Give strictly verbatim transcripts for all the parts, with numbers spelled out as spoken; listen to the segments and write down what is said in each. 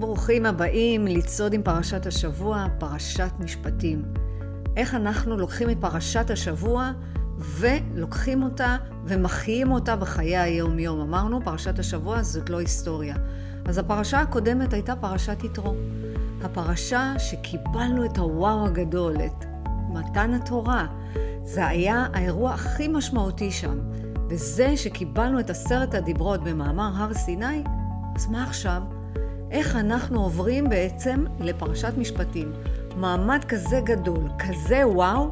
ברוכים הבאים לצעוד עם פרשת השבוע, פרשת משפטים. איך אנחנו לוקחים את פרשת השבוע ולוקחים אותה ומחיים אותה בחיי היום יום. אמרנו, פרשת השבוע זאת לא היסטוריה. אז הפרשה הקודמת הייתה פרשת יתרו. הפרשה שקיבלנו את הוואו הגדול, את מתן התורה. זה היה האירוע הכי משמעותי שם. וזה שקיבלנו את עשרת הדיברות במאמר הר סיני, אז מה עכשיו? איך אנחנו עוברים בעצם לפרשת משפטים? מעמד כזה גדול, כזה וואו,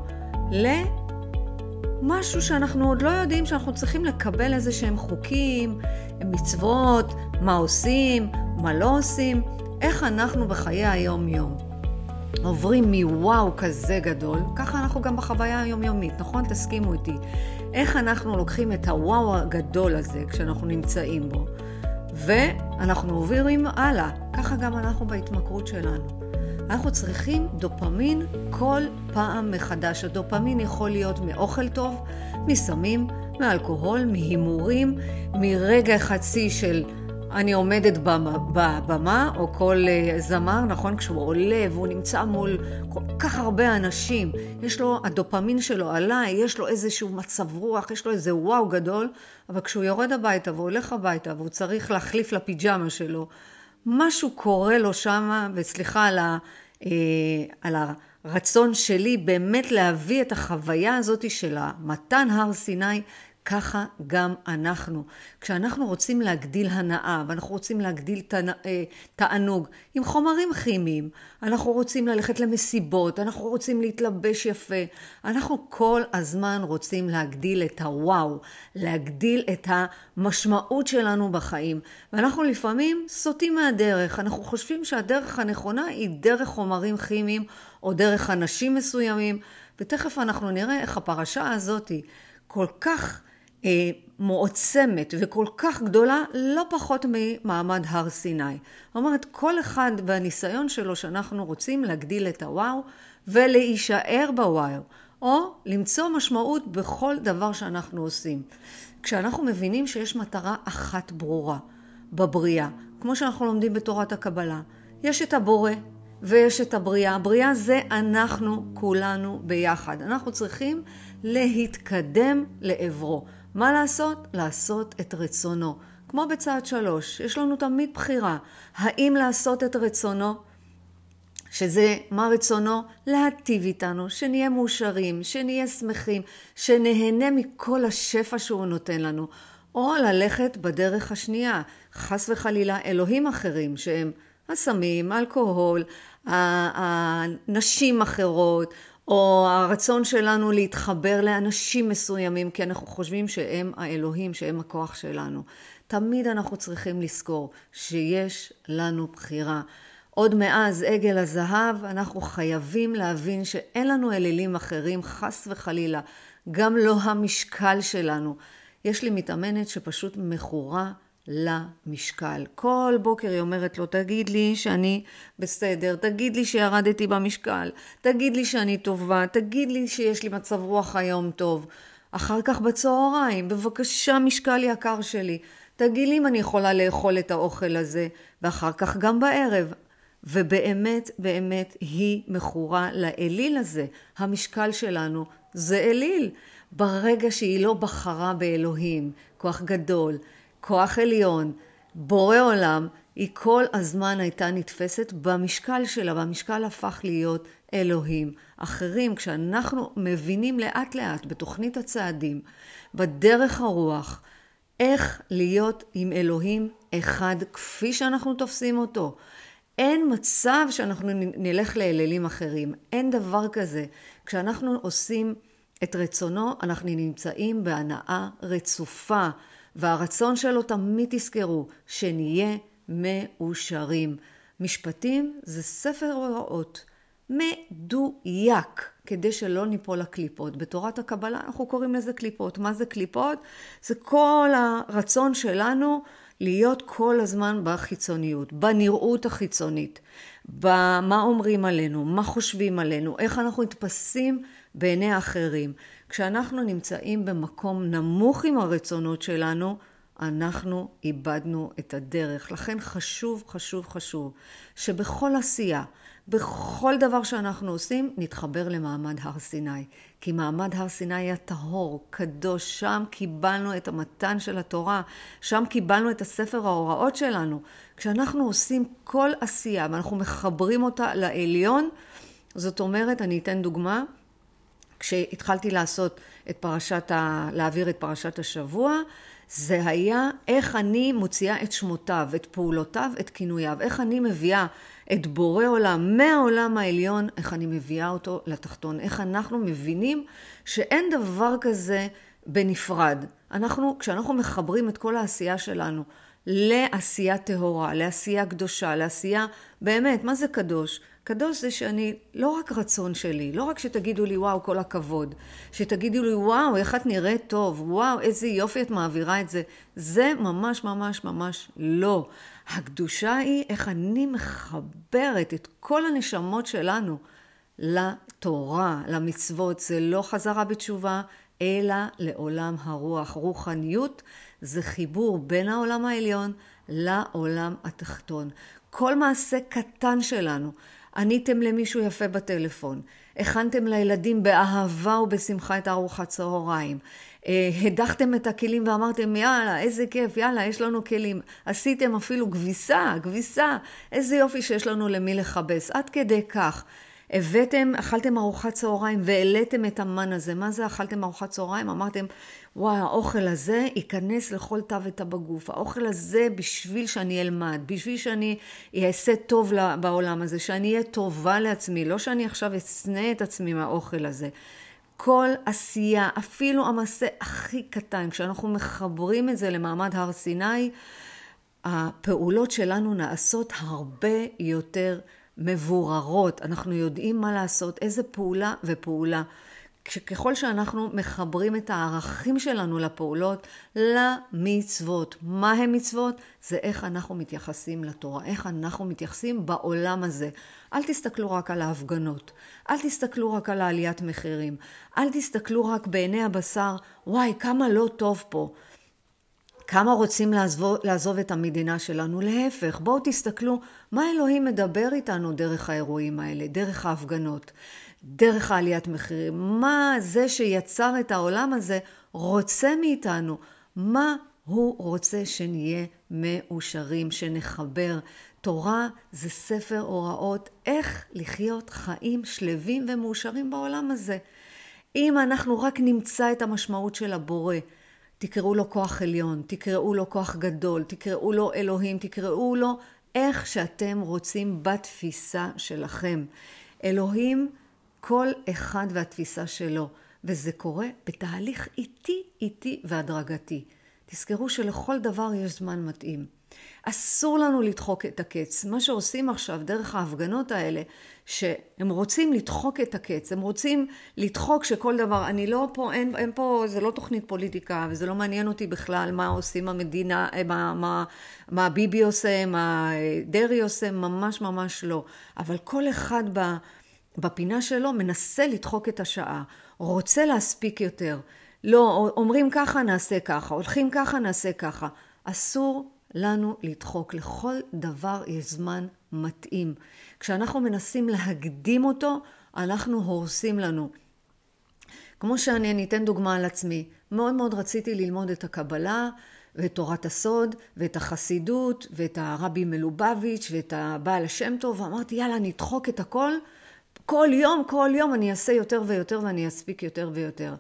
למשהו שאנחנו עוד לא יודעים, שאנחנו צריכים לקבל איזה שהם חוקים, מצוות, מה עושים, מה לא עושים, איך אנחנו בחיי היום יום. עוברים מוואו כזה גדול, ככה אנחנו גם בחוויה היומיומית, נכון? תסכימו איתי. איך אנחנו לוקחים את הוואו הגדול הזה כשאנחנו נמצאים בו, ואנחנו עוברים הלאה, ככה גם אנחנו בהתמכרות שלנו. אנחנו צריכים דופמין כל פעם מחדש. הדופמין יכול להיות מאוכל טוב, מסמים, מאלכוהול, מהימורים, מרגע חצי של אני עומדת בבמה, או כל זמר, נכון? כשהוא עולה והוא נמצא מול כל כך הרבה אנשים, יש לו, הדופמין שלו עלה, יש לו איזשהו מצב רוח, יש לו איזה וואו גדול, אבל כשהוא יורד הביתה והולך הביתה, והוא צריך להחליף לפיג'מה שלו, משהו קורה לו שמה, וסליחה על, ה, אה, על הרצון שלי באמת להביא את החוויה הזאת של מתן הר סיני, ככה גם אנחנו. כשאנחנו רוצים להגדיל הנאה, ואנחנו רוצים להגדיל תענוג עם חומרים כימיים, אנחנו רוצים ללכת למסיבות, אנחנו רוצים להתלבש יפה, אנחנו כל הזמן רוצים להגדיל את הוואו, להגדיל את המשמעות שלנו בחיים. ואנחנו לפעמים סוטים מהדרך, אנחנו חושבים שהדרך הנכונה היא דרך חומרים כימיים, או דרך אנשים מסוימים, ותכף אנחנו נראה איך הפרשה הזאת היא כל כך אה, מועצמת וכל כך גדולה, לא פחות ממעמד הר סיני. זאת אומרת, כל אחד בניסיון שלו שאנחנו רוצים להגדיל את הוואו ולהישאר בוואו, או למצוא משמעות בכל דבר שאנחנו עושים. כשאנחנו מבינים שיש מטרה אחת ברורה בבריאה, כמו שאנחנו לומדים בתורת הקבלה, יש את הבורא ויש את הבריאה. הבריאה זה אנחנו כולנו ביחד. אנחנו צריכים להתקדם לעברו. מה לעשות? לעשות את רצונו. כמו בצעד שלוש, יש לנו תמיד בחירה. האם לעשות את רצונו? שזה מה רצונו? להטיב איתנו, שנהיה מאושרים, שנהיה שמחים, שנהנה מכל השפע שהוא נותן לנו. או ללכת בדרך השנייה, חס וחלילה אלוהים אחרים, שהם הסמים, אלכוהול, הנשים אחרות, או הרצון שלנו להתחבר לאנשים מסוימים, כי אנחנו חושבים שהם האלוהים, שהם הכוח שלנו. תמיד אנחנו צריכים לזכור שיש לנו בחירה. עוד מאז עגל הזהב, אנחנו חייבים להבין שאין לנו אלילים אחרים, חס וחלילה, גם לא המשקל שלנו. יש לי מתאמנת שפשוט מכורה למשקל. כל בוקר היא אומרת לו, תגיד לי שאני בסדר, תגיד לי שירדתי במשקל, תגיד לי שאני טובה, תגיד לי שיש לי מצב רוח היום טוב. אחר כך בצהריים, בבקשה משקל יקר שלי, תגיד לי אם אני יכולה לאכול את האוכל הזה, ואחר כך גם בערב. ובאמת, באמת היא מכורה לאליל הזה. המשקל שלנו זה אליל. ברגע שהיא לא בחרה באלוהים, כוח גדול, כוח עליון, בורא עולם, היא כל הזמן הייתה נתפסת במשקל שלה, והמשקל הפך להיות אלוהים. אחרים, כשאנחנו מבינים לאט לאט בתוכנית הצעדים, בדרך הרוח, איך להיות עם אלוהים אחד כפי שאנחנו תופסים אותו. אין מצב שאנחנו נלך לאלילים אחרים, אין דבר כזה. כשאנחנו עושים את רצונו, אנחנו נמצאים בהנאה רצופה, והרצון שלו תמיד תזכרו, שנהיה מאושרים. משפטים זה ספר הוראות מדויק, כדי שלא ניפול לקליפות. בתורת הקבלה אנחנו קוראים לזה קליפות. מה זה קליפות? זה כל הרצון שלנו להיות כל הזמן בחיצוניות, בנראות החיצונית, במה אומרים עלינו, מה חושבים עלינו, איך אנחנו נתפסים בעיני האחרים. כשאנחנו נמצאים במקום נמוך עם הרצונות שלנו, אנחנו איבדנו את הדרך. לכן חשוב, חשוב, חשוב, שבכל עשייה, בכל דבר שאנחנו עושים, נתחבר למעמד הר סיני. כי מעמד הר סיני היה טהור, קדוש, שם קיבלנו את המתן של התורה, שם קיבלנו את הספר ההוראות שלנו. כשאנחנו עושים כל עשייה, ואנחנו מחברים אותה לעליון, זאת אומרת, אני אתן דוגמה, כשהתחלתי לעשות את פרשת ה... להעביר את פרשת השבוע, זה היה איך אני מוציאה את שמותיו, את פעולותיו, את כינוייו, איך אני מביאה את בורא עולם מהעולם העליון, איך אני מביאה אותו לתחתון, איך אנחנו מבינים שאין דבר כזה בנפרד. אנחנו, כשאנחנו מחברים את כל העשייה שלנו לעשייה טהורה, לעשייה קדושה, לעשייה באמת, מה זה קדוש? קדוש זה שאני, לא רק רצון שלי, לא רק שתגידו לי וואו כל הכבוד, שתגידו לי וואו איך את נראית טוב, וואו איזה יופי את מעבירה את זה, זה ממש ממש ממש לא. הקדושה היא איך אני מחברת את כל הנשמות שלנו לתורה, למצוות, זה לא חזרה בתשובה, אלא לעולם הרוח. רוחניות זה חיבור בין העולם העליון לעולם התחתון. כל מעשה קטן שלנו, עניתם למישהו יפה בטלפון, הכנתם לילדים באהבה ובשמחה את ארוחת צהריים, הדחתם את הכלים ואמרתם יאללה איזה כיף, יאללה יש לנו כלים, עשיתם אפילו גביסה, גביסה, איזה יופי שיש לנו למי לחבס, עד כדי כך. הבאתם, אכלתם ארוחת צהריים והעליתם את המן הזה. מה זה אכלתם ארוחת צהריים? אמרתם, וואי, האוכל הזה ייכנס לכל תא ותא בגוף. האוכל הזה בשביל שאני אלמד, בשביל שאני אעשה טוב בעולם הזה, שאני אהיה טובה לעצמי, לא שאני עכשיו אצנע את עצמי מהאוכל הזה. כל עשייה, אפילו המעשה הכי קטן, כשאנחנו מחברים את זה למעמד הר סיני, הפעולות שלנו נעשות הרבה יותר מבוררות, אנחנו יודעים מה לעשות, איזה פעולה ופעולה. ככל שאנחנו מחברים את הערכים שלנו לפעולות, למצוות. מה הם מצוות? זה איך אנחנו מתייחסים לתורה, איך אנחנו מתייחסים בעולם הזה. אל תסתכלו רק על ההפגנות, אל תסתכלו רק על העליית מחירים, אל תסתכלו רק בעיני הבשר, וואי, כמה לא טוב פה. כמה רוצים לעזוב, לעזוב את המדינה שלנו? להפך, בואו תסתכלו מה אלוהים מדבר איתנו דרך האירועים האלה, דרך ההפגנות, דרך העליית מחירים. מה זה שיצר את העולם הזה רוצה מאיתנו? מה הוא רוצה שנהיה מאושרים, שנחבר? תורה זה ספר הוראות איך לחיות חיים שלווים ומאושרים בעולם הזה. אם אנחנו רק נמצא את המשמעות של הבורא, תקראו לו כוח עליון, תקראו לו כוח גדול, תקראו לו אלוהים, תקראו לו איך שאתם רוצים בתפיסה שלכם. אלוהים, כל אחד והתפיסה שלו, וזה קורה בתהליך איטי, איטי והדרגתי. תזכרו שלכל דבר יש זמן מתאים. אסור לנו לדחוק את הקץ. מה שעושים עכשיו דרך ההפגנות האלה, שהם רוצים לדחוק את הקץ, הם רוצים לדחוק שכל דבר, אני לא פה, אין, אין פה, זה לא תוכנית פוליטיקה, וזה לא מעניין אותי בכלל מה עושים המדינה, מה, מה, מה ביבי עושה, מה דרי עושה, ממש ממש לא. אבל כל אחד ב, בפינה שלו מנסה לדחוק את השעה, רוצה להספיק יותר. לא, אומרים ככה נעשה ככה, הולכים ככה נעשה ככה. אסור לנו לדחוק, לכל דבר יש זמן מתאים. כשאנחנו מנסים להקדים אותו, אנחנו הורסים לנו. כמו שאני אני אתן דוגמה על עצמי, מאוד מאוד רציתי ללמוד את הקבלה, ואת תורת הסוד, ואת החסידות, ואת הרבי מלובביץ', ואת הבעל השם טוב, ואמרתי יאללה נדחוק את הכל, כל יום, כל יום אני אעשה יותר ויותר, ואני אספיק יותר ויותר.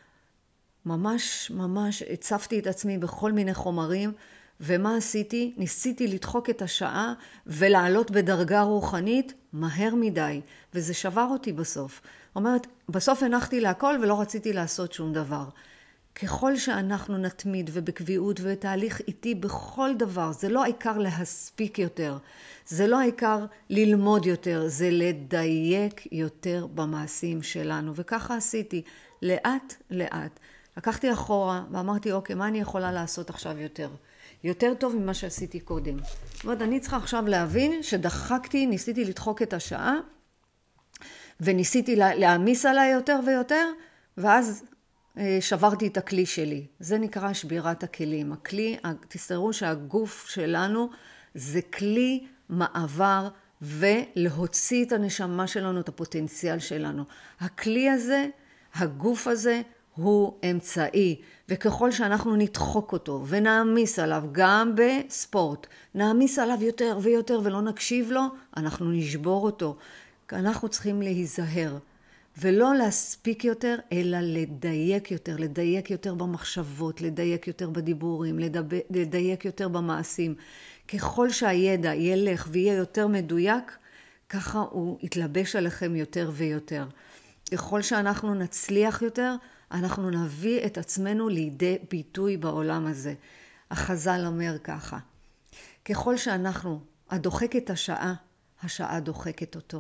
ממש ממש הצפתי את עצמי בכל מיני חומרים, ומה עשיתי? ניסיתי לדחוק את השעה ולעלות בדרגה רוחנית מהר מדי, וזה שבר אותי בסוף. אומרת, בסוף הנחתי להכל ולא רציתי לעשות שום דבר. ככל שאנחנו נתמיד ובקביעות ובתהליך איטי בכל דבר, זה לא העיקר להספיק יותר, זה לא העיקר ללמוד יותר, זה לדייק יותר במעשים שלנו. וככה עשיתי, לאט לאט. לקחתי אחורה ואמרתי, אוקיי, מה אני יכולה לעשות עכשיו יותר? יותר טוב ממה שעשיתי קודם. זאת אומרת, אני צריכה עכשיו להבין שדחקתי, ניסיתי לדחוק את השעה, וניסיתי להעמיס עליי יותר ויותר, ואז שברתי את הכלי שלי. זה נקרא שבירת הכלים. הכלי, תסתרו שהגוף שלנו זה כלי מעבר ולהוציא את הנשמה שלנו, את הפוטנציאל שלנו. הכלי הזה, הגוף הזה, הוא אמצעי, וככל שאנחנו נדחוק אותו ונעמיס עליו, גם בספורט, נעמיס עליו יותר ויותר ולא נקשיב לו, אנחנו נשבור אותו. אנחנו צריכים להיזהר, ולא להספיק יותר, אלא לדייק יותר, לדייק יותר במחשבות, לדייק יותר בדיבורים, לדייק יותר במעשים. ככל שהידע ילך ויהיה יותר מדויק, ככה הוא יתלבש עליכם יותר ויותר. ככל שאנחנו נצליח יותר, אנחנו נביא את עצמנו לידי ביטוי בעולם הזה. החז"ל אומר ככה, ככל שאנחנו, הדוחק את השעה, השעה דוחקת אותו.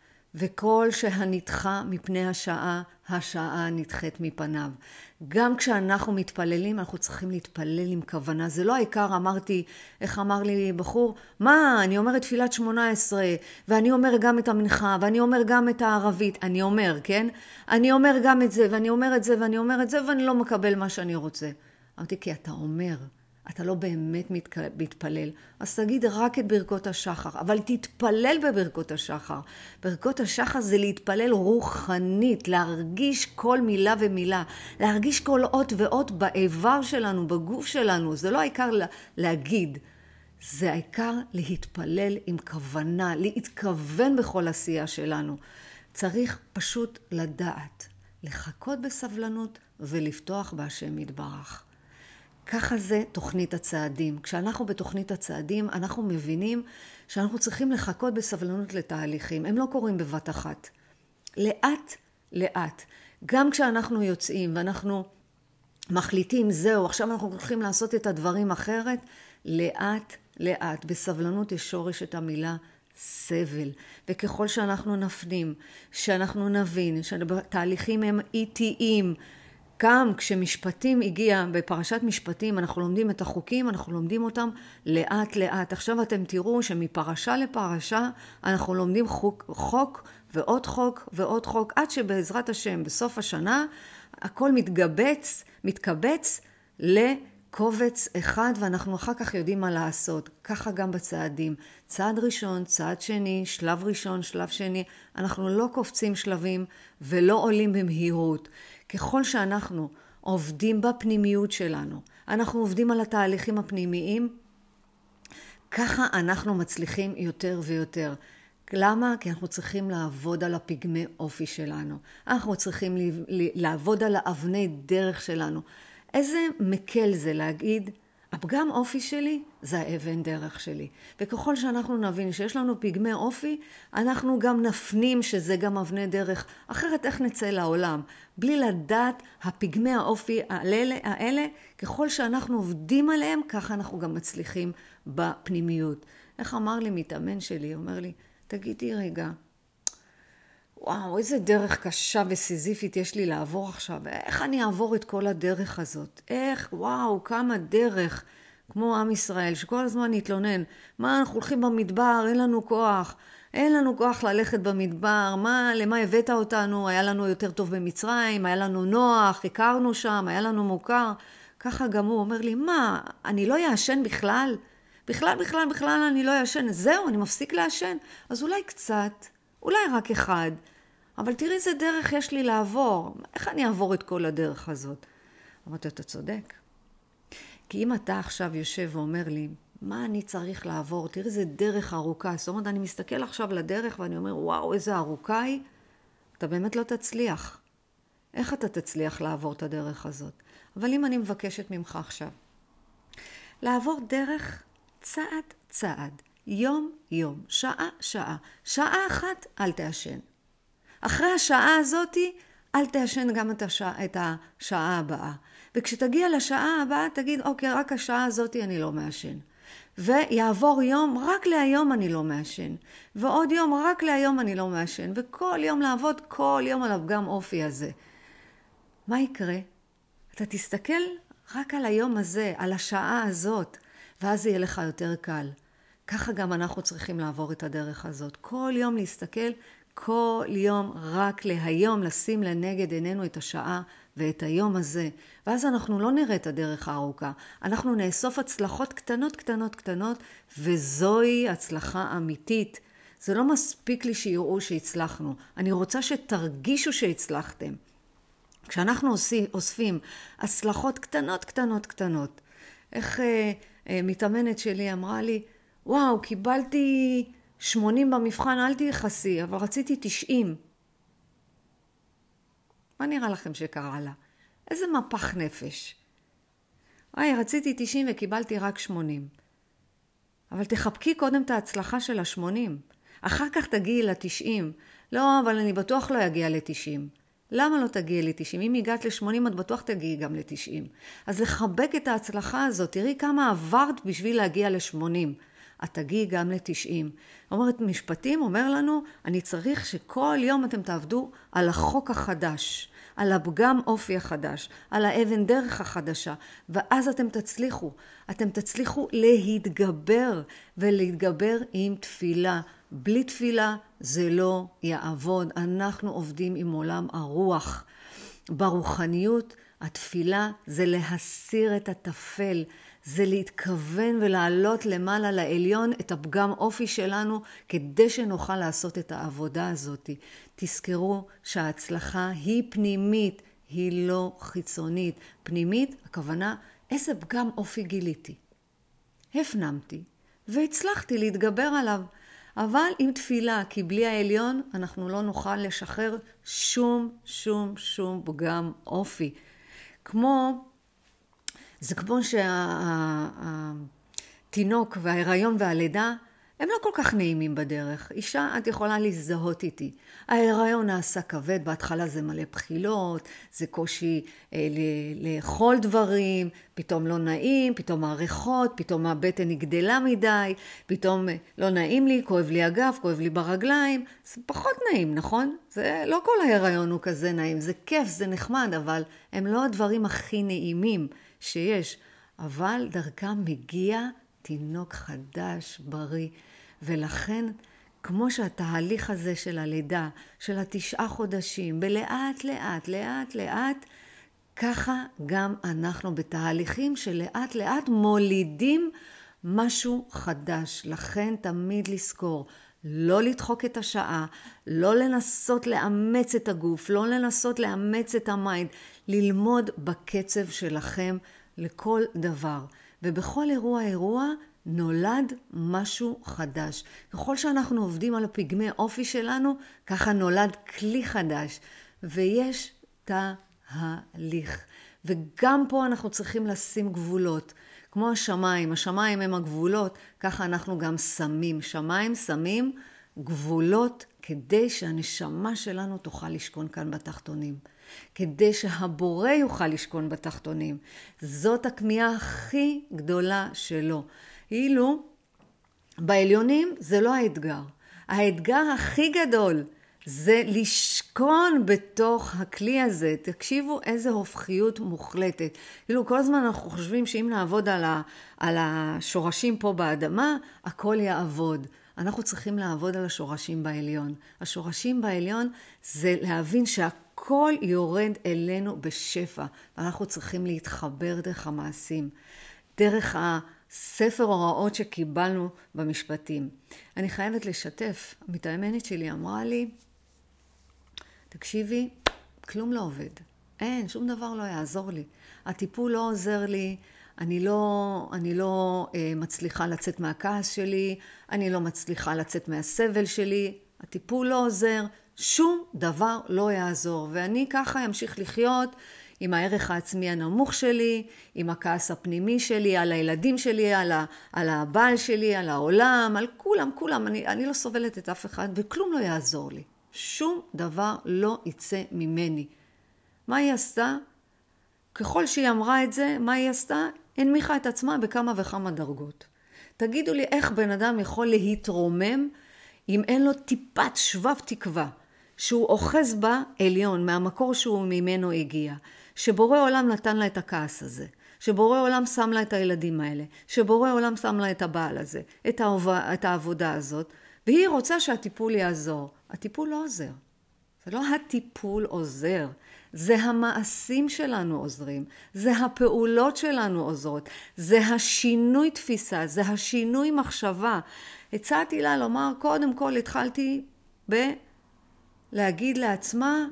וכל שהנדחה מפני השעה, השעה נדחית מפניו. גם כשאנחנו מתפללים, אנחנו צריכים להתפלל עם כוונה. זה לא העיקר, אמרתי, איך אמר לי בחור, מה, אני אומרת תפילת שמונה עשרה, ואני אומר גם את המנחה, ואני אומר גם את הערבית. אני אומר, כן? אני אומר גם את זה, ואני אומר את זה, ואני אומר את זה, ואני לא מקבל מה שאני רוצה. אמרתי, כי אתה אומר, אתה לא באמת מתפלל. אז תגיד רק את ברכות השחר, אבל תתפלל בברכות השחר. ברכות השחר זה להתפלל רוחנית, להרגיש כל מילה ומילה, להרגיש כל אות ואות באיבר שלנו, בגוף שלנו. זה לא העיקר להגיד, זה העיקר להתפלל עם כוונה, להתכוון בכל עשייה שלנו. צריך פשוט לדעת, לחכות בסבלנות ולפתוח בהשם יתברך. ככה זה תוכנית הצעדים. כשאנחנו בתוכנית הצעדים, אנחנו מבינים שאנחנו צריכים לחכות בסבלנות לתהליכים. הם לא קורים בבת אחת. לאט, לאט. גם כשאנחנו יוצאים ואנחנו מחליטים, זהו, עכשיו אנחנו הולכים לעשות את הדברים אחרת, לאט, לאט. בסבלנות יש שורש את המילה סבל. וככל שאנחנו נפנים, שאנחנו נבין, שהתהליכים הם איטיים, גם כשמשפטים הגיע, בפרשת משפטים, אנחנו לומדים את החוקים, אנחנו לומדים אותם לאט לאט. עכשיו אתם תראו שמפרשה לפרשה, אנחנו לומדים חוק, חוק ועוד חוק ועוד חוק, עד שבעזרת השם בסוף השנה, הכל מתגבץ, מתקבץ לקובץ אחד, ואנחנו אחר כך יודעים מה לעשות. ככה גם בצעדים. צעד ראשון, צעד שני, שלב ראשון, שלב שני. אנחנו לא קופצים שלבים ולא עולים במהירות. ככל שאנחנו עובדים בפנימיות שלנו, אנחנו עובדים על התהליכים הפנימיים, ככה אנחנו מצליחים יותר ויותר. למה? כי אנחנו צריכים לעבוד על הפגמי אופי שלנו. אנחנו צריכים לעבוד על האבני דרך שלנו. איזה מקל זה להגיד, הפגם אופי שלי זה האבן דרך שלי. וככל שאנחנו נבין שיש לנו פגמי אופי, אנחנו גם נפנים שזה גם אבני דרך. אחרת איך נצא לעולם? בלי לדעת הפגמי האופי האלה, האלה, ככל שאנחנו עובדים עליהם, ככה אנחנו גם מצליחים בפנימיות. איך אמר לי מתאמן שלי? אומר לי, תגידי רגע, וואו, איזה דרך קשה וסיזיפית יש לי לעבור עכשיו. איך אני אעבור את כל הדרך הזאת? איך, וואו, כמה דרך, כמו עם ישראל, שכל הזמן נתלונן. מה, אנחנו הולכים במדבר, אין לנו כוח. אין לנו כוח ללכת במדבר. מה, למה הבאת אותנו? היה לנו יותר טוב במצרים, היה לנו נוח, הכרנו שם, היה לנו מוכר. ככה גם הוא אומר לי, מה, אני לא יעשן בכלל? בכלל, בכלל, בכלל אני לא יעשן. זהו, אני מפסיק לעשן. אז אולי קצת, אולי רק אחד. אבל תראי איזה דרך יש לי לעבור. איך אני אעבור את כל הדרך הזאת? אמרתי, אתה צודק. כי אם אתה עכשיו יושב ואומר לי, מה אני צריך לעבור? תראי איזה דרך ארוכה. זאת אומרת, אני מסתכל עכשיו לדרך ואני אומר, וואו, איזה ארוכה היא. אתה באמת לא תצליח. איך אתה תצליח לעבור את הדרך הזאת? אבל אם אני מבקשת ממך עכשיו, לעבור דרך צעד צעד, יום יום, שעה שעה, שעה אחת אל תעשן. אחרי השעה הזאת אל תעשן גם את השעה, את השעה הבאה. וכשתגיע לשעה הבאה תגיד, אוקיי, רק השעה הזאת אני לא מעשן. ויעבור יום, רק להיום אני לא מעשן. ועוד יום, רק להיום אני לא מעשן. וכל יום לעבוד, כל יום על הפגם אופי הזה. מה יקרה? אתה תסתכל רק על היום הזה, על השעה הזאת, ואז יהיה לך יותר קל. ככה גם אנחנו צריכים לעבור את הדרך הזאת. כל יום להסתכל כל יום רק להיום, לשים לנגד עינינו את השעה ואת היום הזה. ואז אנחנו לא נראה את הדרך הארוכה. אנחנו נאסוף הצלחות קטנות, קטנות, קטנות, וזוהי הצלחה אמיתית. זה לא מספיק לי שיראו שהצלחנו. אני רוצה שתרגישו שהצלחתם. כשאנחנו אוספים הצלחות קטנות, קטנות, קטנות. איך אה, אה, מתאמנת שלי אמרה לי, וואו, קיבלתי שמונים במבחן, אל תייחסי, אבל רציתי תשעים. מה נראה לכם שקרה לה? איזה מפח נפש. וואי, רציתי תשעים וקיבלתי רק שמונים. אבל תחבקי קודם את ההצלחה של ה-שמונים. אחר כך תגיעי ל-תשעים. לא, אבל אני בטוח לא אגיע ל-תשעים. למה לא תגיעי ל-תשעים? אם הגעת ל-שמונים, את בטוח תגיעי גם ל-תשעים. אז לחבק את ההצלחה הזאת, תראי כמה עברת בשביל להגיע ל-שמונים. את תגיעי גם ל-תשעים. אומרת משפטים, אומר לנו, אני צריך שכל יום אתם תעבדו על החוק החדש, על הפגם אופי החדש, על האבן דרך החדשה, ואז אתם תצליחו. אתם תצליחו להתגבר, ולהתגבר עם תפילה. בלי תפילה זה לא יעבוד. אנחנו עובדים עם עולם הרוח. ברוחניות, התפילה זה להסיר את התפל, זה להתכוון ולעלות למעלה לעליון את הפגם אופי שלנו, כדי שנוכל לעשות את העבודה הזאת. תזכרו שההצלחה היא פנימית, היא לא חיצונית. פנימית, הכוונה, איזה פגם אופי גיליתי. הפנמתי והצלחתי להתגבר עליו. אבל עם תפילה, כי בלי העליון אנחנו לא נוכל לשחרר שום, שום, שום פגם אופי. כמו, זה כמו שהתינוק וההיריון והלידה, הם לא כל כך נעימים בדרך. אישה, את יכולה להזדהות איתי. ההיריון נעשה כבד, בהתחלה זה מלא בחילות, זה קושי אה, לאכול דברים, פתאום לא נעים, פתאום הריחות, פתאום הבטן נגדלה מדי, פתאום לא נעים לי, כואב לי הגב, כואב לי ברגליים. זה פחות נעים, נכון? זה לא כל ההיריון הוא כזה נעים, זה כיף, זה נחמד, אבל הם לא הדברים הכי נעימים שיש. אבל דרכם מגיע תינוק חדש, בריא, ולכן, כמו שהתהליך הזה של הלידה, של התשעה חודשים, בלאט לאט, לאט לאט, ככה גם אנחנו בתהליכים שלאט לאט מולידים משהו חדש. לכן תמיד לזכור, לא לדחוק את השעה, לא לנסות לאמץ את הגוף, לא לנסות לאמץ את המיינד, ללמוד בקצב שלכם לכל דבר. ובכל אירוע אירוע נולד משהו חדש. ככל שאנחנו עובדים על הפגמי אופי שלנו, ככה נולד כלי חדש. ויש תהליך. וגם פה אנחנו צריכים לשים גבולות. כמו השמיים, השמיים הם הגבולות, ככה אנחנו גם שמים. שמיים שמים גבולות כדי שהנשמה שלנו תוכל לשכון כאן בתחתונים. כדי שהבורא יוכל לשכון בתחתונים. זאת הכמיהה הכי גדולה שלו. אילו בעליונים זה לא האתגר. האתגר הכי גדול זה לשכון בתוך הכלי הזה. תקשיבו איזה הופכיות מוחלטת. אילו כל הזמן אנחנו חושבים שאם נעבוד על, ה, על השורשים פה באדמה, הכל יעבוד. אנחנו צריכים לעבוד על השורשים בעליון. השורשים בעליון זה להבין שהכל יורד אלינו בשפע. ואנחנו צריכים להתחבר דרך המעשים. דרך הספר הוראות שקיבלנו במשפטים. אני חייבת לשתף. המתאמנת שלי אמרה לי, תקשיבי, כלום לא עובד. אין, שום דבר לא יעזור לי. הטיפול לא עוזר לי. אני לא, אני לא אה, מצליחה לצאת מהכעס שלי. אני לא מצליחה לצאת מהסבל שלי. הטיפול לא עוזר. שום דבר לא יעזור. ואני ככה אמשיך לחיות עם הערך העצמי הנמוך שלי, עם הכעס הפנימי שלי, על הילדים שלי, על, ה, על הבעל שלי, על העולם, על כולם, כולם. אני, אני לא סובלת את אף אחד, וכלום לא יעזור לי. שום דבר לא יצא ממני. מה היא עשתה? ככל שהיא אמרה את זה, מה היא עשתה? הנמיכה את עצמה בכמה וכמה דרגות. תגידו לי איך בן אדם יכול להתרומם אם אין לו טיפת שבב תקווה, שהוא אוחז בה עליון מהמקור שהוא ממנו הגיע, שבורא עולם נתן לה את הכעס הזה, שבורא עולם שם לה את הילדים האלה, שבורא עולם שם לה את הבעל הזה, את, העבודה, את העבודה הזאת, והיא רוצה שהטיפול יעזור. הטיפול לא עוזר. זה לא הטיפול עוזר. זה המעשים שלנו עוזרים. זה הפעולות שלנו עוזרות. זה השינוי תפיסה. זה השינוי מחשבה. הצעתי לה לומר, קודם כל התחלתי בלהגיד לעצמה,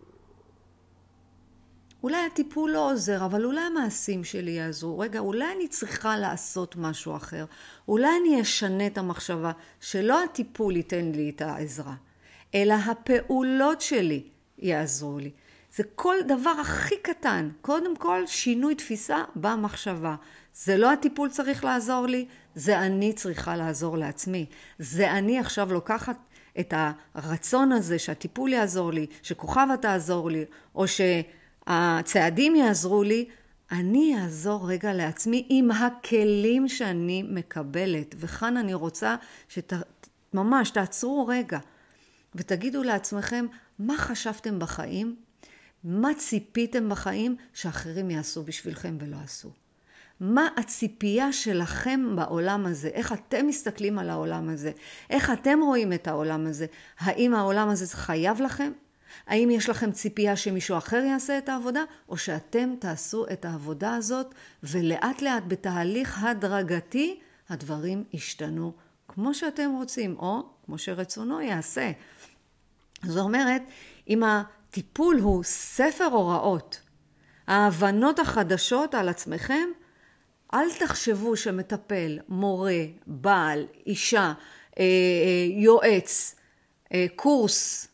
אולי הטיפול לא עוזר, אבל אולי המעשים שלי יעזרו. רגע, אולי אני צריכה לעשות משהו אחר. אולי אני אשנה את המחשבה, שלא הטיפול ייתן לי את העזרה, אלא הפעולות שלי יעזרו לי. זה כל דבר הכי קטן. קודם כל, שינוי תפיסה במחשבה. זה לא הטיפול צריך לעזור לי, זה אני צריכה לעזור לעצמי. זה אני עכשיו לוקחת את הרצון הזה שהטיפול יעזור לי, שכוכבה תעזור לי, או שהצעדים יעזרו לי, אני אעזור רגע לעצמי עם הכלים שאני מקבלת. וכאן אני רוצה שממש תעצרו רגע ותגידו לעצמכם מה חשבתם בחיים, מה ציפיתם בחיים שאחרים יעשו בשבילכם ולא עשו. מה הציפייה שלכם בעולם הזה? איך אתם מסתכלים על העולם הזה? איך אתם רואים את העולם הזה? האם העולם הזה חייב לכם? האם יש לכם ציפייה שמישהו אחר יעשה את העבודה? או שאתם תעשו את העבודה הזאת ולאט לאט בתהליך הדרגתי הדברים ישתנו כמו שאתם רוצים או כמו שרצונו יעשה. זאת אומרת, אם הטיפול הוא ספר הוראות, ההבנות החדשות על עצמכם, אל תחשבו שמטפל, מורה, בעל, אישה, יועץ, קורס,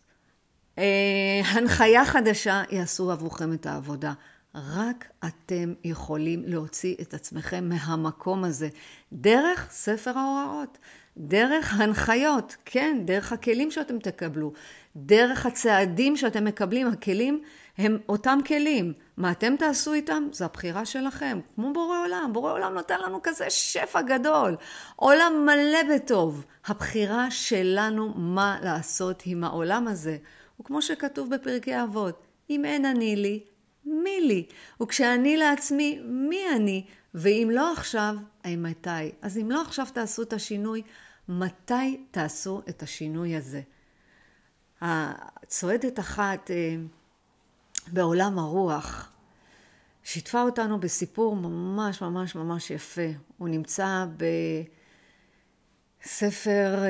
הנחיה חדשה יעשו עבורכם את העבודה. רק אתם יכולים להוציא את עצמכם מהמקום הזה. דרך ספר ההוראות, דרך הנחיות, כן, דרך הכלים שאתם תקבלו, דרך הצעדים שאתם מקבלים, הכלים הם אותם כלים. מה אתם תעשו איתם? זו הבחירה שלכם. כמו בורא עולם. בורא עולם נותן לנו כזה שפע גדול. עולם מלא בטוב. הבחירה שלנו מה לעשות עם העולם הזה. וכמו שכתוב בפרקי אבות, אם אין אני לי, מי לי? וכשאני לעצמי, מי אני? ואם לא עכשיו, אי מתי? אז אם לא עכשיו תעשו את השינוי, מתי תעשו את השינוי הזה? הצועדת אחת בעולם הרוח שיתפה אותנו בסיפור ממש ממש ממש יפה. הוא נמצא בספר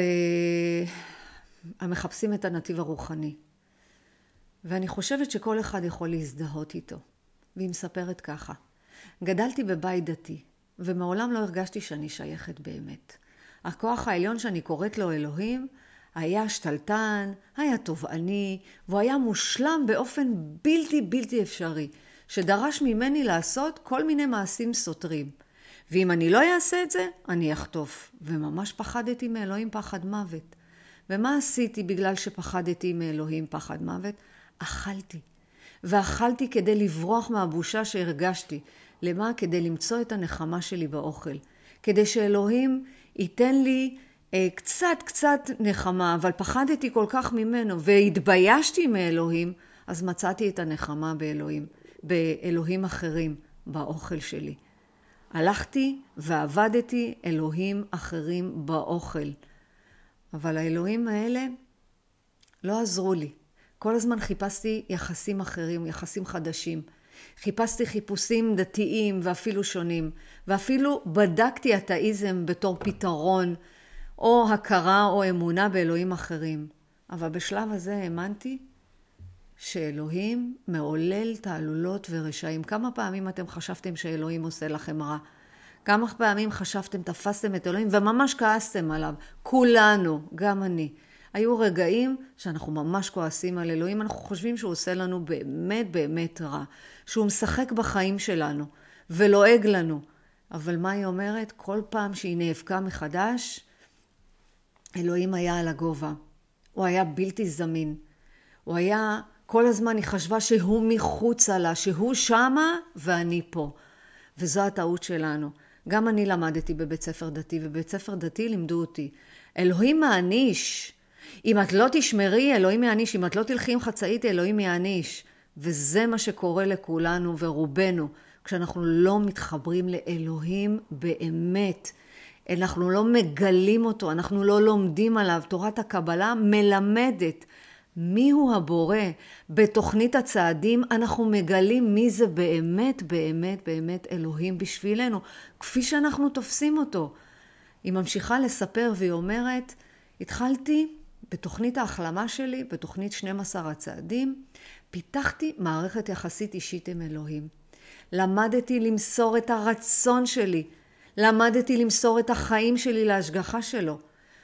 המחפשים את הנתיב הרוחני. ואני חושבת שכל אחד יכול להזדהות איתו. והיא מספרת ככה. גדלתי בבית דתי, ומעולם לא הרגשתי שאני שייכת באמת. הכוח העליון שאני קוראת לו אלוהים, היה שתלטן, היה תובעני, והוא היה מושלם באופן בלתי בלתי אפשרי, שדרש ממני לעשות כל מיני מעשים סותרים. ואם אני לא אעשה את זה, אני אחטוף. וממש פחדתי מאלוהים פחד מוות. ומה עשיתי בגלל שפחדתי מאלוהים פחד מוות? אכלתי. ואכלתי כדי לברוח מהבושה שהרגשתי. למה? כדי למצוא את הנחמה שלי באוכל. כדי שאלוהים ייתן לי אה, קצת קצת נחמה, אבל פחדתי כל כך ממנו והתביישתי מאלוהים, אז מצאתי את הנחמה באלוהים, באלוהים אחרים, באוכל שלי. הלכתי ועבדתי אלוהים אחרים באוכל. אבל האלוהים האלה לא עזרו לי. כל הזמן חיפשתי יחסים אחרים, יחסים חדשים. חיפשתי חיפושים דתיים ואפילו שונים. ואפילו בדקתי אתאיזם בתור פתרון, או הכרה או אמונה באלוהים אחרים. אבל בשלב הזה האמנתי שאלוהים מעולל תעלולות ורשעים. כמה פעמים אתם חשבתם שאלוהים עושה לכם רע? כמה פעמים חשבתם, תפסתם את אלוהים וממש כעסתם עליו? כולנו, גם אני. היו רגעים שאנחנו ממש כועסים על אלוהים, אנחנו חושבים שהוא עושה לנו באמת באמת רע, שהוא משחק בחיים שלנו ולועג לנו. אבל מה היא אומרת? כל פעם שהיא נאבקה מחדש, אלוהים היה על הגובה. הוא היה בלתי זמין. הוא היה, כל הזמן היא חשבה שהוא מחוץ לה, שהוא שמה ואני פה. וזו הטעות שלנו. גם אני למדתי בבית ספר דתי, ובבית ספר דתי לימדו אותי. אלוהים מעניש. אם את לא תשמרי, אלוהים יעניש. אם את לא תלכי עם חצאית, אלוהים יעניש. וזה מה שקורה לכולנו ורובנו, כשאנחנו לא מתחברים לאלוהים באמת. אנחנו לא מגלים אותו, אנחנו לא לומדים עליו. תורת הקבלה מלמדת מיהו הבורא. בתוכנית הצעדים אנחנו מגלים מי זה באמת, באמת, באמת אלוהים בשבילנו, כפי שאנחנו תופסים אותו. היא ממשיכה לספר והיא אומרת, התחלתי בתוכנית ההחלמה שלי, בתוכנית שנים עשר הצעדים, פיתחתי מערכת יחסית אישית עם אלוהים. למדתי למסור את הרצון שלי, למדתי למסור את החיים שלי להשגחה שלו.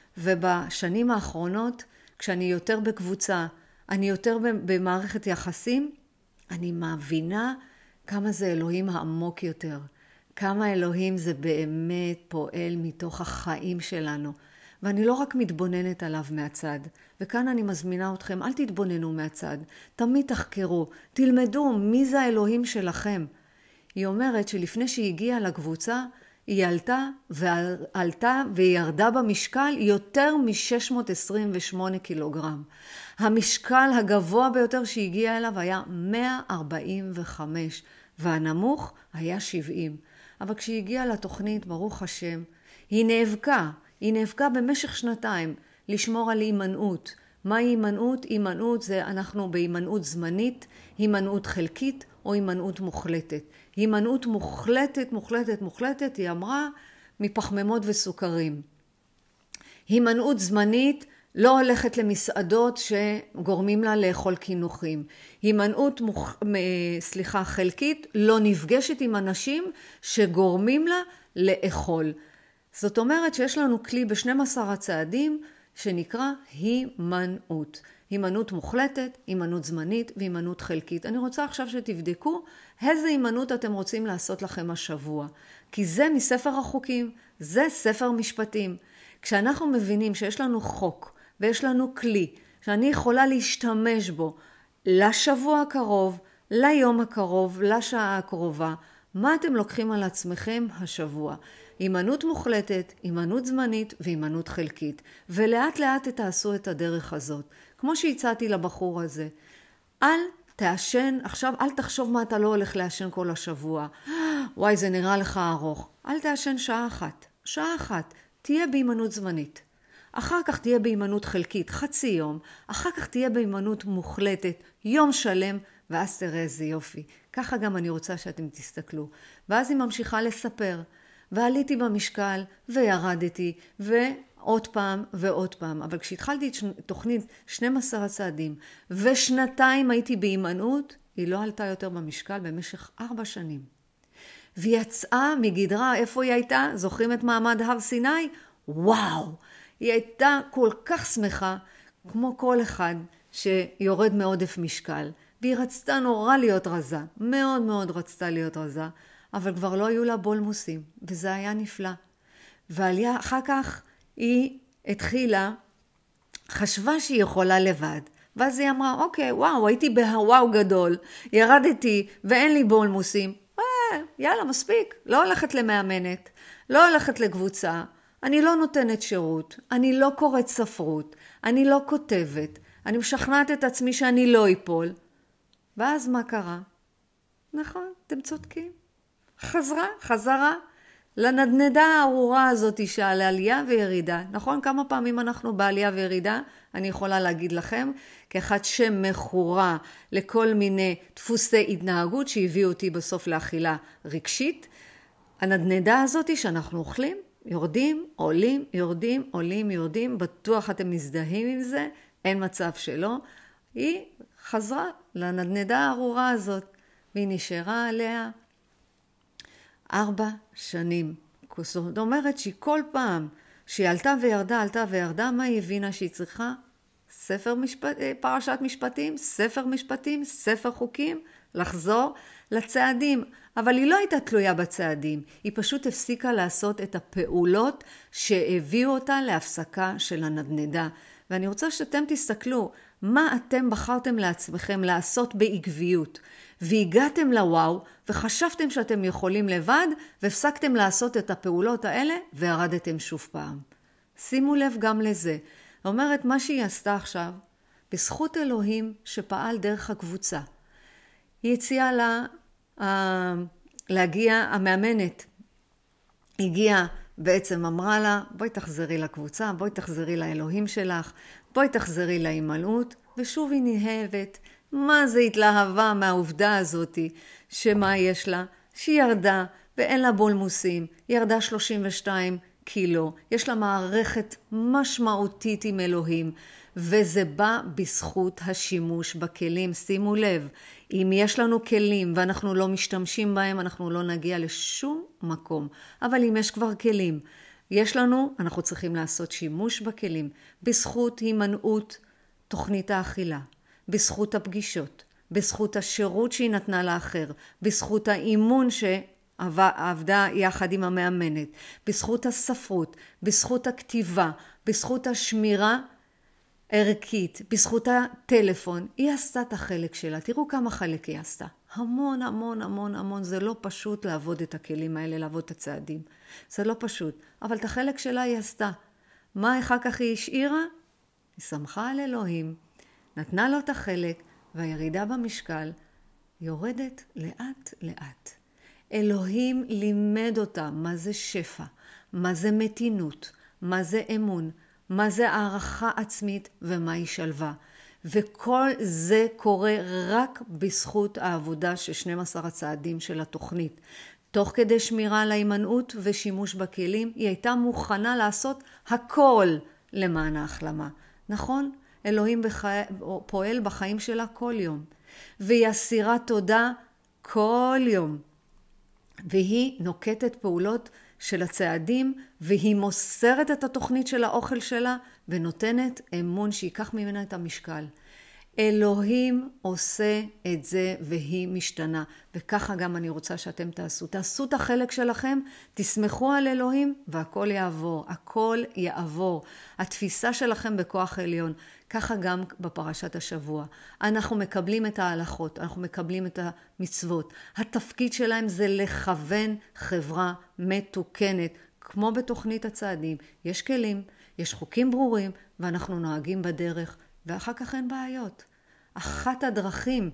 ובשנים האחרונות, כשאני יותר בקבוצה, אני יותר במערכת יחסים, אני מבינה כמה זה אלוהים העמוק יותר. כמה אלוהים זה באמת פועל מתוך החיים שלנו. ואני לא רק מתבוננת עליו מהצד. וכאן אני מזמינה אתכם, אל תתבוננו מהצד. תמיד תחקרו, תלמדו מי זה האלוהים שלכם. היא אומרת שלפני שהיא הגיעה לקבוצה, היא עלתה ועלתה והיא ירדה במשקל יותר מ-שש מאות עשרים ושמונה קילוגרם. המשקל הגבוה ביותר שהיא הגיעה אליו היה מאה ארבעים וחמש, והנמוך היה שבעים. אבל כשהיא הגיעה לתוכנית, ברוך השם, היא נאבקה, היא נאבקה במשך שנתיים לשמור על הימנעות. מהי הימנעות? הימנעות זה אנחנו בהימנעות זמנית, הימנעות חלקית או הימנעות מוחלטת. הימנעות מוחלטת, מוחלטת, מוחלטת, היא אמרה, מפחמימות וסוכרים. הימנעות זמנית לא הולכת למסעדות שגורמים לה לאכול קינוחים. הימנעות מוח... סליחה, חלקית לא נפגשת עם אנשים שגורמים לה לאכול. זאת אומרת שיש לנו כלי ב-שנים עשר הצעדים שנקרא הימנעות. הימנעות מוחלטת, הימנעות זמנית והימנעות חלקית. אני רוצה עכשיו שתבדקו איזה הימנעות אתם רוצים לעשות לכם השבוע. כי זה מספר החוקים, זה ספר משפטים. כשאנחנו מבינים שיש לנו חוק ויש לנו כלי שאני יכולה להשתמש בו לשבוע הקרוב, ליום הקרוב, לשעה הקרובה, מה אתם לוקחים על עצמכם השבוע? הימנעות מוחלטת, הימנעות זמנית והימנעות חלקית. ולאט לאט תעשו את הדרך הזאת. כמו שהצעתי לבחור הזה, אל תעשן, עכשיו אל תחשוב מה אתה לא הולך לעשן כל השבוע. וואי, זה נראה לך ארוך. אל תעשן שעה אחת. שעה אחת. תהיה בהימנעות זמנית. אחר כך תהיה בהימנעות חלקית, חצי יום. אחר כך תהיה בהימנעות מוחלטת, יום שלם, ואז תראה איזה יופי. ככה גם אני רוצה שאתם תסתכלו. ואז היא ממשיכה לספר. ועליתי במשקל וירדתי ועוד פעם ועוד פעם. אבל כשהתחלתי את תוכנית שנים עשר הצעדים ושנתיים הייתי בהימנעות, היא לא עלתה יותר במשקל במשך ארבע שנים. והיא יצאה מגדרה, איפה היא הייתה? זוכרים את מעמד הר סיני? וואו! היא הייתה כל כך שמחה, כמו כל אחד שיורד מעודף משקל. והיא רצתה נורא להיות רזה, מאוד מאוד רצתה להיות רזה. אבל כבר לא היו לה בולמוסים, וזה היה נפלא. ואחר כך היא התחילה, חשבה שהיא יכולה לבד. ואז היא אמרה, אוקיי, וואו, הייתי בהוואו גדול, ירדתי ואין לי בולמוסים. אה, יאללה, מספיק. לא הולכת למאמנת, לא הולכת לקבוצה, אני לא נותנת שירות, אני לא קוראת ספרות, אני לא כותבת, אני משכנעת את עצמי שאני לא איפול. ואז מה קרה? נכון, אתם צודקים. חזרה, חזרה לנדנדה הארורה הזאת שעל עלייה וירידה. נכון? כמה פעמים אנחנו בעלייה וירידה? אני יכולה להגיד לכם, כאחד שמכורה לכל מיני דפוסי התנהגות שהביאו אותי בסוף לאכילה רגשית. הנדנדה הזאת שאנחנו אוכלים, יורדים, עולים, יורדים, עולים, יורדים. בטוח אתם מזדהים עם זה, אין מצב שלא. היא חזרה לנדנדה הארורה הזאת, והיא נשארה עליה ארבע שנים. זאת אומרת שהיא כל פעם שהיא עלתה וירדה, עלתה וירדה, מה היא הבינה שהיא צריכה? ספר משפט, פרשת משפטים, ספר משפטים, ספר חוקים, לחזור לצעדים. אבל היא לא הייתה תלויה בצעדים, היא פשוט הפסיקה לעשות את הפעולות שהביאו אותה להפסקה של הנדנדה. ואני רוצה שאתם תסתכלו, מה אתם בחרתם לעצמכם לעשות בעקביות? והגעתם לוואו וחשבתם שאתם יכולים לבד והפסקתם לעשות את הפעולות האלה וירדתם שוב פעם. שימו לב גם לזה. אומרת מה שהיא עשתה עכשיו, בזכות אלוהים שפעל דרך הקבוצה. היא הציעה לה uh, להגיע, המאמנת הגיעה בעצם אמרה לה, בואי תחזרי לקבוצה, בואי תחזרי לאלוהים שלך, בואי תחזרי להימלאות, ושוב היא נהבת. מה זה התלהבה מהעובדה הזאת, שמה יש לה? שהיא ירדה ואין לה בולמוסים, היא ירדה שלושים ושתיים קילו, יש לה מערכת משמעותית עם אלוהים, וזה בא בזכות השימוש בכלים. שימו לב, אם יש לנו כלים ואנחנו לא משתמשים בהם, אנחנו לא נגיע לשום מקום. אבל אם יש כבר כלים, יש לנו, אנחנו צריכים לעשות שימוש בכלים, בזכות הימנעות תוכנית האכילה, בזכות הפגישות, בזכות השירות שהיא נתנה לאחר, בזכות האימון שעבדה יחד עם המאמנת, בזכות הספרות, בזכות הכתיבה, בזכות השמירה ערכית, בזכות הטלפון. היא עשתה את החלק שלה. תראו כמה חלק היא עשתה. המון, המון, המון, המון. זה לא פשוט לעבוד את הכלים האלה, לעבוד את הצעדים. זה לא פשוט. אבל את החלק שלה היא עשתה. מה אחר כך היא השאירה? היא שמחה על אלוהים, נתנה לו את החלק, והירידה במשקל יורדת לאט לאט. אלוהים לימד אותה מה זה שפע, מה זה מתינות, מה זה אמון, מה זה הערכה עצמית ומהי שלווה. וכל זה קורה רק בזכות העבודה של שנים עשר הצעדים של התוכנית. תוך כדי שמירה על ההימנעות ושימוש בכלים, היא הייתה מוכנה לעשות הכל למען ההחלמה. נכון? אלוהים בחי... פועל בחיים שלה כל יום. והיא אסירת תודה כל יום. והיא נוקטת פעולות של הצעדים, והיא מוסרת את התוכנית של האוכל שלה, ונותנת אמון שיקח ממנה את המשקל. אלוהים עושה את זה והיא משתנה. וככה גם אני רוצה שאתם תעשו. תעשו את החלק שלכם, תסמכו על אלוהים והכל יעבור. הכל יעבור. התפיסה שלכם בכוח עליון. ככה גם בפרשת השבוע. אנחנו מקבלים את ההלכות, אנחנו מקבלים את המצוות. התפקיד שלהם זה לכוון חברה מתוקנת. כמו בתוכנית הצעדים. יש כלים, יש חוקים ברורים, ואנחנו נוהגים בדרך. ואחר כך אין בעיות. אחת הדרכים,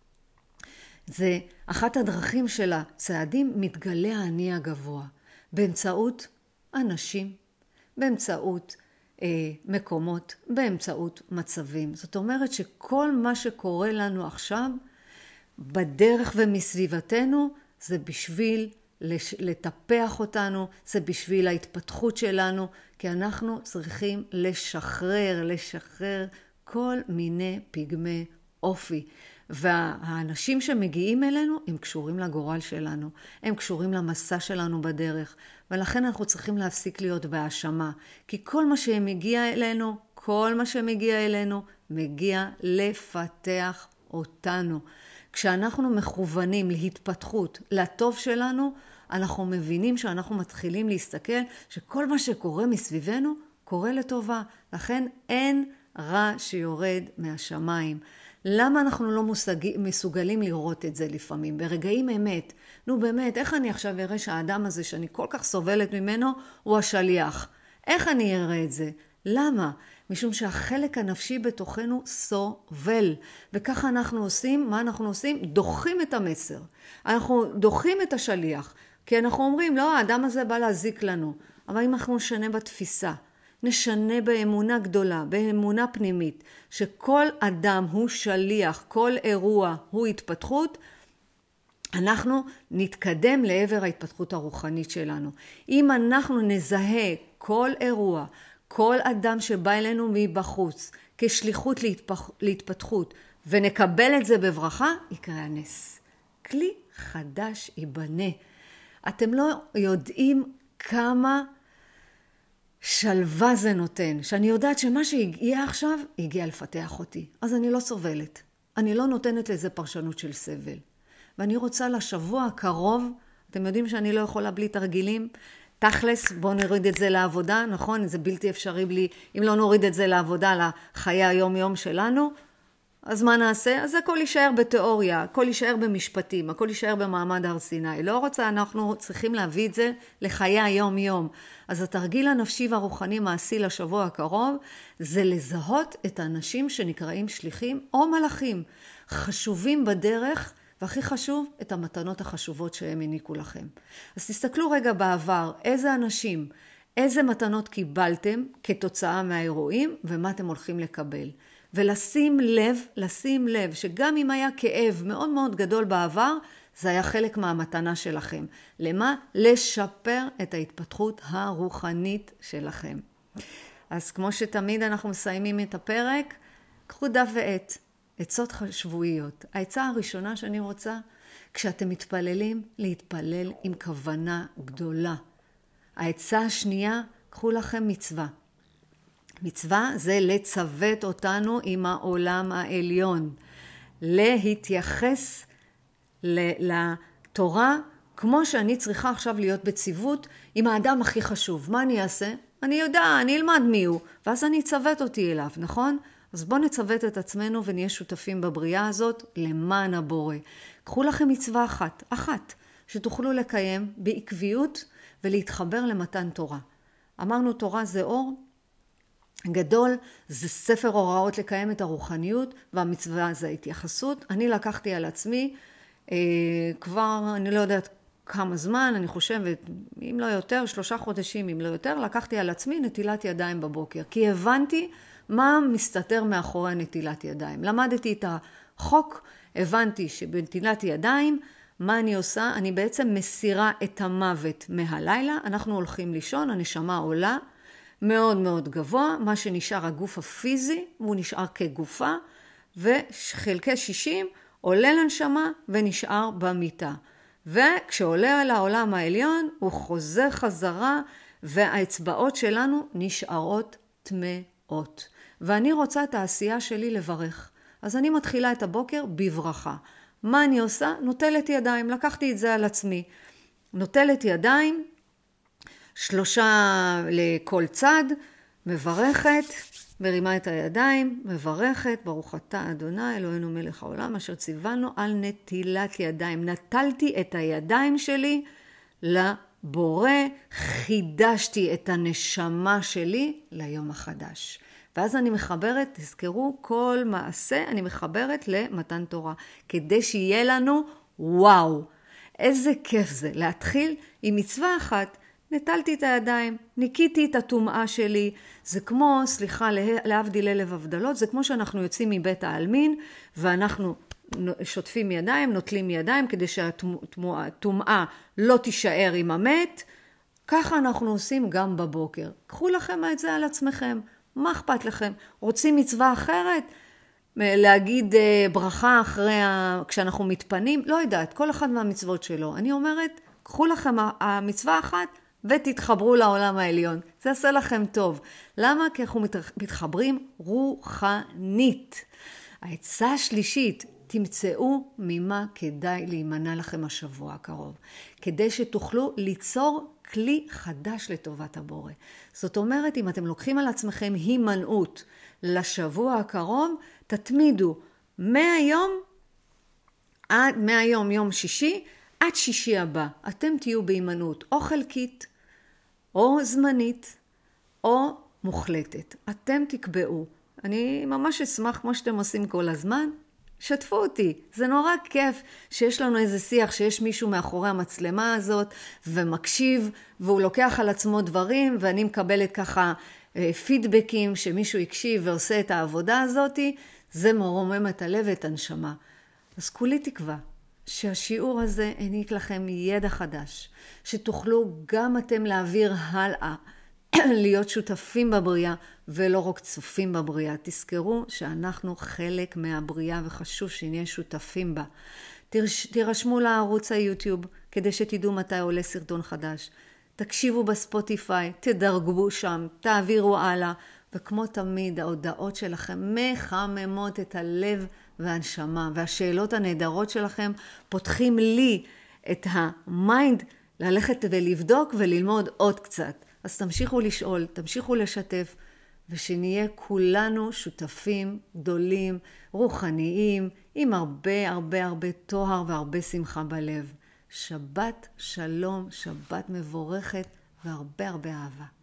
זה אחת הדרכים של הצעדים מתגלה העני הגבוה, באמצעות אנשים, באמצעות אה, מקומות, באמצעות מצבים. זאת אומרת שכל מה שקורה לנו עכשיו, בדרך ומסביבתנו, זה בשביל לטפח אותנו, זה בשביל ההתפתחות שלנו, כי אנחנו צריכים לשחרר, לשחרר, כל מיני פגמי אופי. והאנשים שמגיעים אלינו הם קשורים לגורל שלנו, הם קשורים למסע שלנו בדרך, ולכן אנחנו צריכים להפסיק להיות בהאשמה, כי כל מה שמגיע אלינו, כל מה שמגיע אלינו, מגיע לפתח אותנו. כשאנחנו מכוונים להתפתחות, לטוב שלנו, אנחנו מבינים שאנחנו מתחילים להסתכל שכל מה שקורה מסביבנו קורה לטובה. לכן אין רע שיורד מהשמיים. למה אנחנו לא מושג... מסוגלים לראות את זה לפעמים? ברגעים אמת. נו באמת, איך אני עכשיו אראה שהאדם הזה שאני כל כך סובלת ממנו הוא השליח? איך אני אראה את זה? למה? משום שהחלק הנפשי בתוכנו סובל. וככה אנחנו עושים, מה אנחנו עושים? דוחים את המסר. אנחנו דוחים את השליח. כי אנחנו אומרים, לא, האדם הזה בא להזיק לנו. אבל אם אנחנו נשנה בתפיסה, נשנה באמונה גדולה, באמונה פנימית, שכל אדם הוא שליח, כל אירוע הוא התפתחות, אנחנו נתקדם לעבר ההתפתחות הרוחנית שלנו. אם אנחנו נזהה כל אירוע, כל אדם שבא אלינו מבחוץ, כשליחות להתפח... להתפתחות, ונקבל את זה בברכה, יקרה הנס. כלי חדש ייבנה. אתם לא יודעים כמה שלווה זה נותן, שאני יודעת שמה שהגיע עכשיו, הגיע לפתח אותי. אז אני לא סובלת. אני לא נותנת לזה פרשנות של סבל. ואני רוצה לשבוע הקרוב, אתם יודעים שאני לא יכולה בלי תרגילים, תכלס, בואו נוריד את זה לעבודה, נכון? זה בלתי אפשרי בלי, אם לא נוריד את זה לעבודה, לחיי היום יום שלנו, אז מה נעשה? אז הכל יישאר בתיאוריה, הכל יישאר במשפטים, הכל יישאר במעמד הר סיני. לא רוצה, אנחנו צריכים להביא את זה לחיי היום יום. אז התרגיל הנפשי והרוחני מעשי לשבוע הקרוב, זה לזהות את האנשים שנקראים שליחים או מלאכים, חשובים בדרך והכי חשוב, את המתנות החשובות שהם העניקו לכם. אז תסתכלו רגע בעבר, איזה אנשים, איזה מתנות קיבלתם כתוצאה מהאירועים, ומה אתם הולכים לקבל. ולשים לב, לשים לב, שגם אם היה כאב מאוד מאוד גדול בעבר, זה היה חלק מהמתנה שלכם. למה? לשפר את ההתפתחות הרוחנית שלכם. אז כמו שתמיד אנחנו מסיימים את הפרק, קחו דף ועט, עצות שבועיות. העצה הראשונה שאני רוצה, כשאתם מתפללים, להתפלל עם כוונה גדולה. העצה השנייה, קחו לכם מצווה. מצווה זה לצוות אותנו עם העולם העליון. להתייחס לתורה כמו שאני צריכה עכשיו להיות בציוות עם האדם הכי חשוב. מה אני אעשה? אני יודע, אני אלמד מי הוא, ואז אני אצוות אותי אליו, נכון? אז בואו נצוות את עצמנו ונהיה שותפים בבריאה הזאת למען הבורא. קחו לכם מצווה אחת, אחת, שתוכלו לקיים בעקביות ולהתחבר למתן תורה. אמרנו תורה זה אור גדול, זה ספר הוראות לקיים את הרוחניות, והמצווה זה התייחסות. אני לקחתי על עצמי אה, כבר, אני לא יודעת כמה זמן, אני חושבת, אם לא יותר, שלושה חודשים, אם לא יותר, לקחתי על עצמי נטילת ידיים בבוקר, כי הבנתי מה מסתתר מאחורי נטילת ידיים. למדתי את החוק, הבנתי שבנטילת ידיים, מה אני עושה? אני בעצם מסירה את המוות מהלילה, אנחנו הולכים לישון, הנשמה עולה, מאוד מאוד גבוה, מה שנשאר הגוף הפיזי, הוא נשאר כגופה, וחלקי שישים עולה לנשמה ונשאר במיטה. וכשעולה על העולם העליון, הוא חוזר חזרה, והאצבעות שלנו נשארות טמאות. ואני רוצה את העשייה שלי לברך. אז אני מתחילה את הבוקר בברכה. מה אני עושה? נוטלת ידיים. לקחתי את זה על עצמי. נוטלת ידיים, שלושה לכל צד, מברכת, מרימה את הידיים, מברכת, ברוך אתה אדוני אלוהינו מלך העולם אשר ציוונו על נטילת ידיים. נטלתי את הידיים שלי לבורא, חידשתי את הנשמה שלי ליום החדש. ואז אני מחברת, תזכרו, כל מעשה אני מחברת למתן תורה, כדי שיהיה לנו וואו. איזה כיף זה להתחיל עם מצווה אחת, נטלתי את הידיים, ניקיתי את הטומאה שלי. זה כמו, סליחה, להבדיל אלף הבדלות, זה כמו שאנחנו יוצאים מבית העלמין, ואנחנו שוטפים ידיים, נוטלים ידיים, כדי שהטומאה לא תישאר עם המת. ככה אנחנו עושים גם בבוקר. קחו לכם את זה על עצמכם. מה אכפת לכם? רוצים מצווה אחרת? להגיד ברכה אחרי, ה... כשאנחנו מתפנים? לא יודעת, כל אחד מהמצוות שלו. אני אומרת, קחו לכם המצווה אחת, ותתחברו לעולם העליון. זה עושה לכם טוב. למה? כי אנחנו מתחברים רוחנית. העצה השלישית, תמצאו ממה כדאי להימנע לכם השבוע הקרוב. כדי שתוכלו ליצור כלי חדש לטובת הבורא. זאת אומרת, אם אתם לוקחים על עצמכם הימנעות לשבוע הקרוב, תתמידו מהיום, עד, מהיום יום שישי, עד שישי הבא, אתם תהיו בהימנעות או חלקית, או זמנית, או מוחלטת. אתם תקבעו. אני ממש אשמח, כמו שאתם עושים כל הזמן, שתפו אותי. זה נורא כיף שיש לנו איזה שיח, שיש מישהו מאחורי המצלמה הזאת, ומקשיב, והוא לוקח על עצמו דברים, ואני מקבלת ככה פידבקים, שמישהו יקשיב ועושה את העבודה הזאת, זה מרומם את הלב ואת הנשמה. אז כולי תקווה. שהשיעור הזה העניק לכם ידע חדש, שתוכלו גם אתם להעביר הלאה, להיות שותפים בבריאה ולא רק צופים בבריאה. תזכרו שאנחנו חלק מהבריאה וחשוב שנהיה שותפים בה. תרש, תירשמו לערוץ היוטיוב כדי שתדעו מתי עולה סרטון חדש. תקשיבו בספוטיפיי, תדרגו שם, תעבירו הלאה. וכמו תמיד, ההודעות שלכם מחממות את הלב והנשמה, והשאלות הנהדרות שלכם פותחים לי את המיינד ללכת ולבדוק וללמוד עוד קצת. אז תמשיכו לשאול, תמשיכו לשתף, ושנהיה כולנו שותפים גדולים, רוחניים, עם הרבה הרבה הרבה תואר והרבה שמחה בלב. שבת שלום, שבת מבורכת והרבה הרבה אהבה.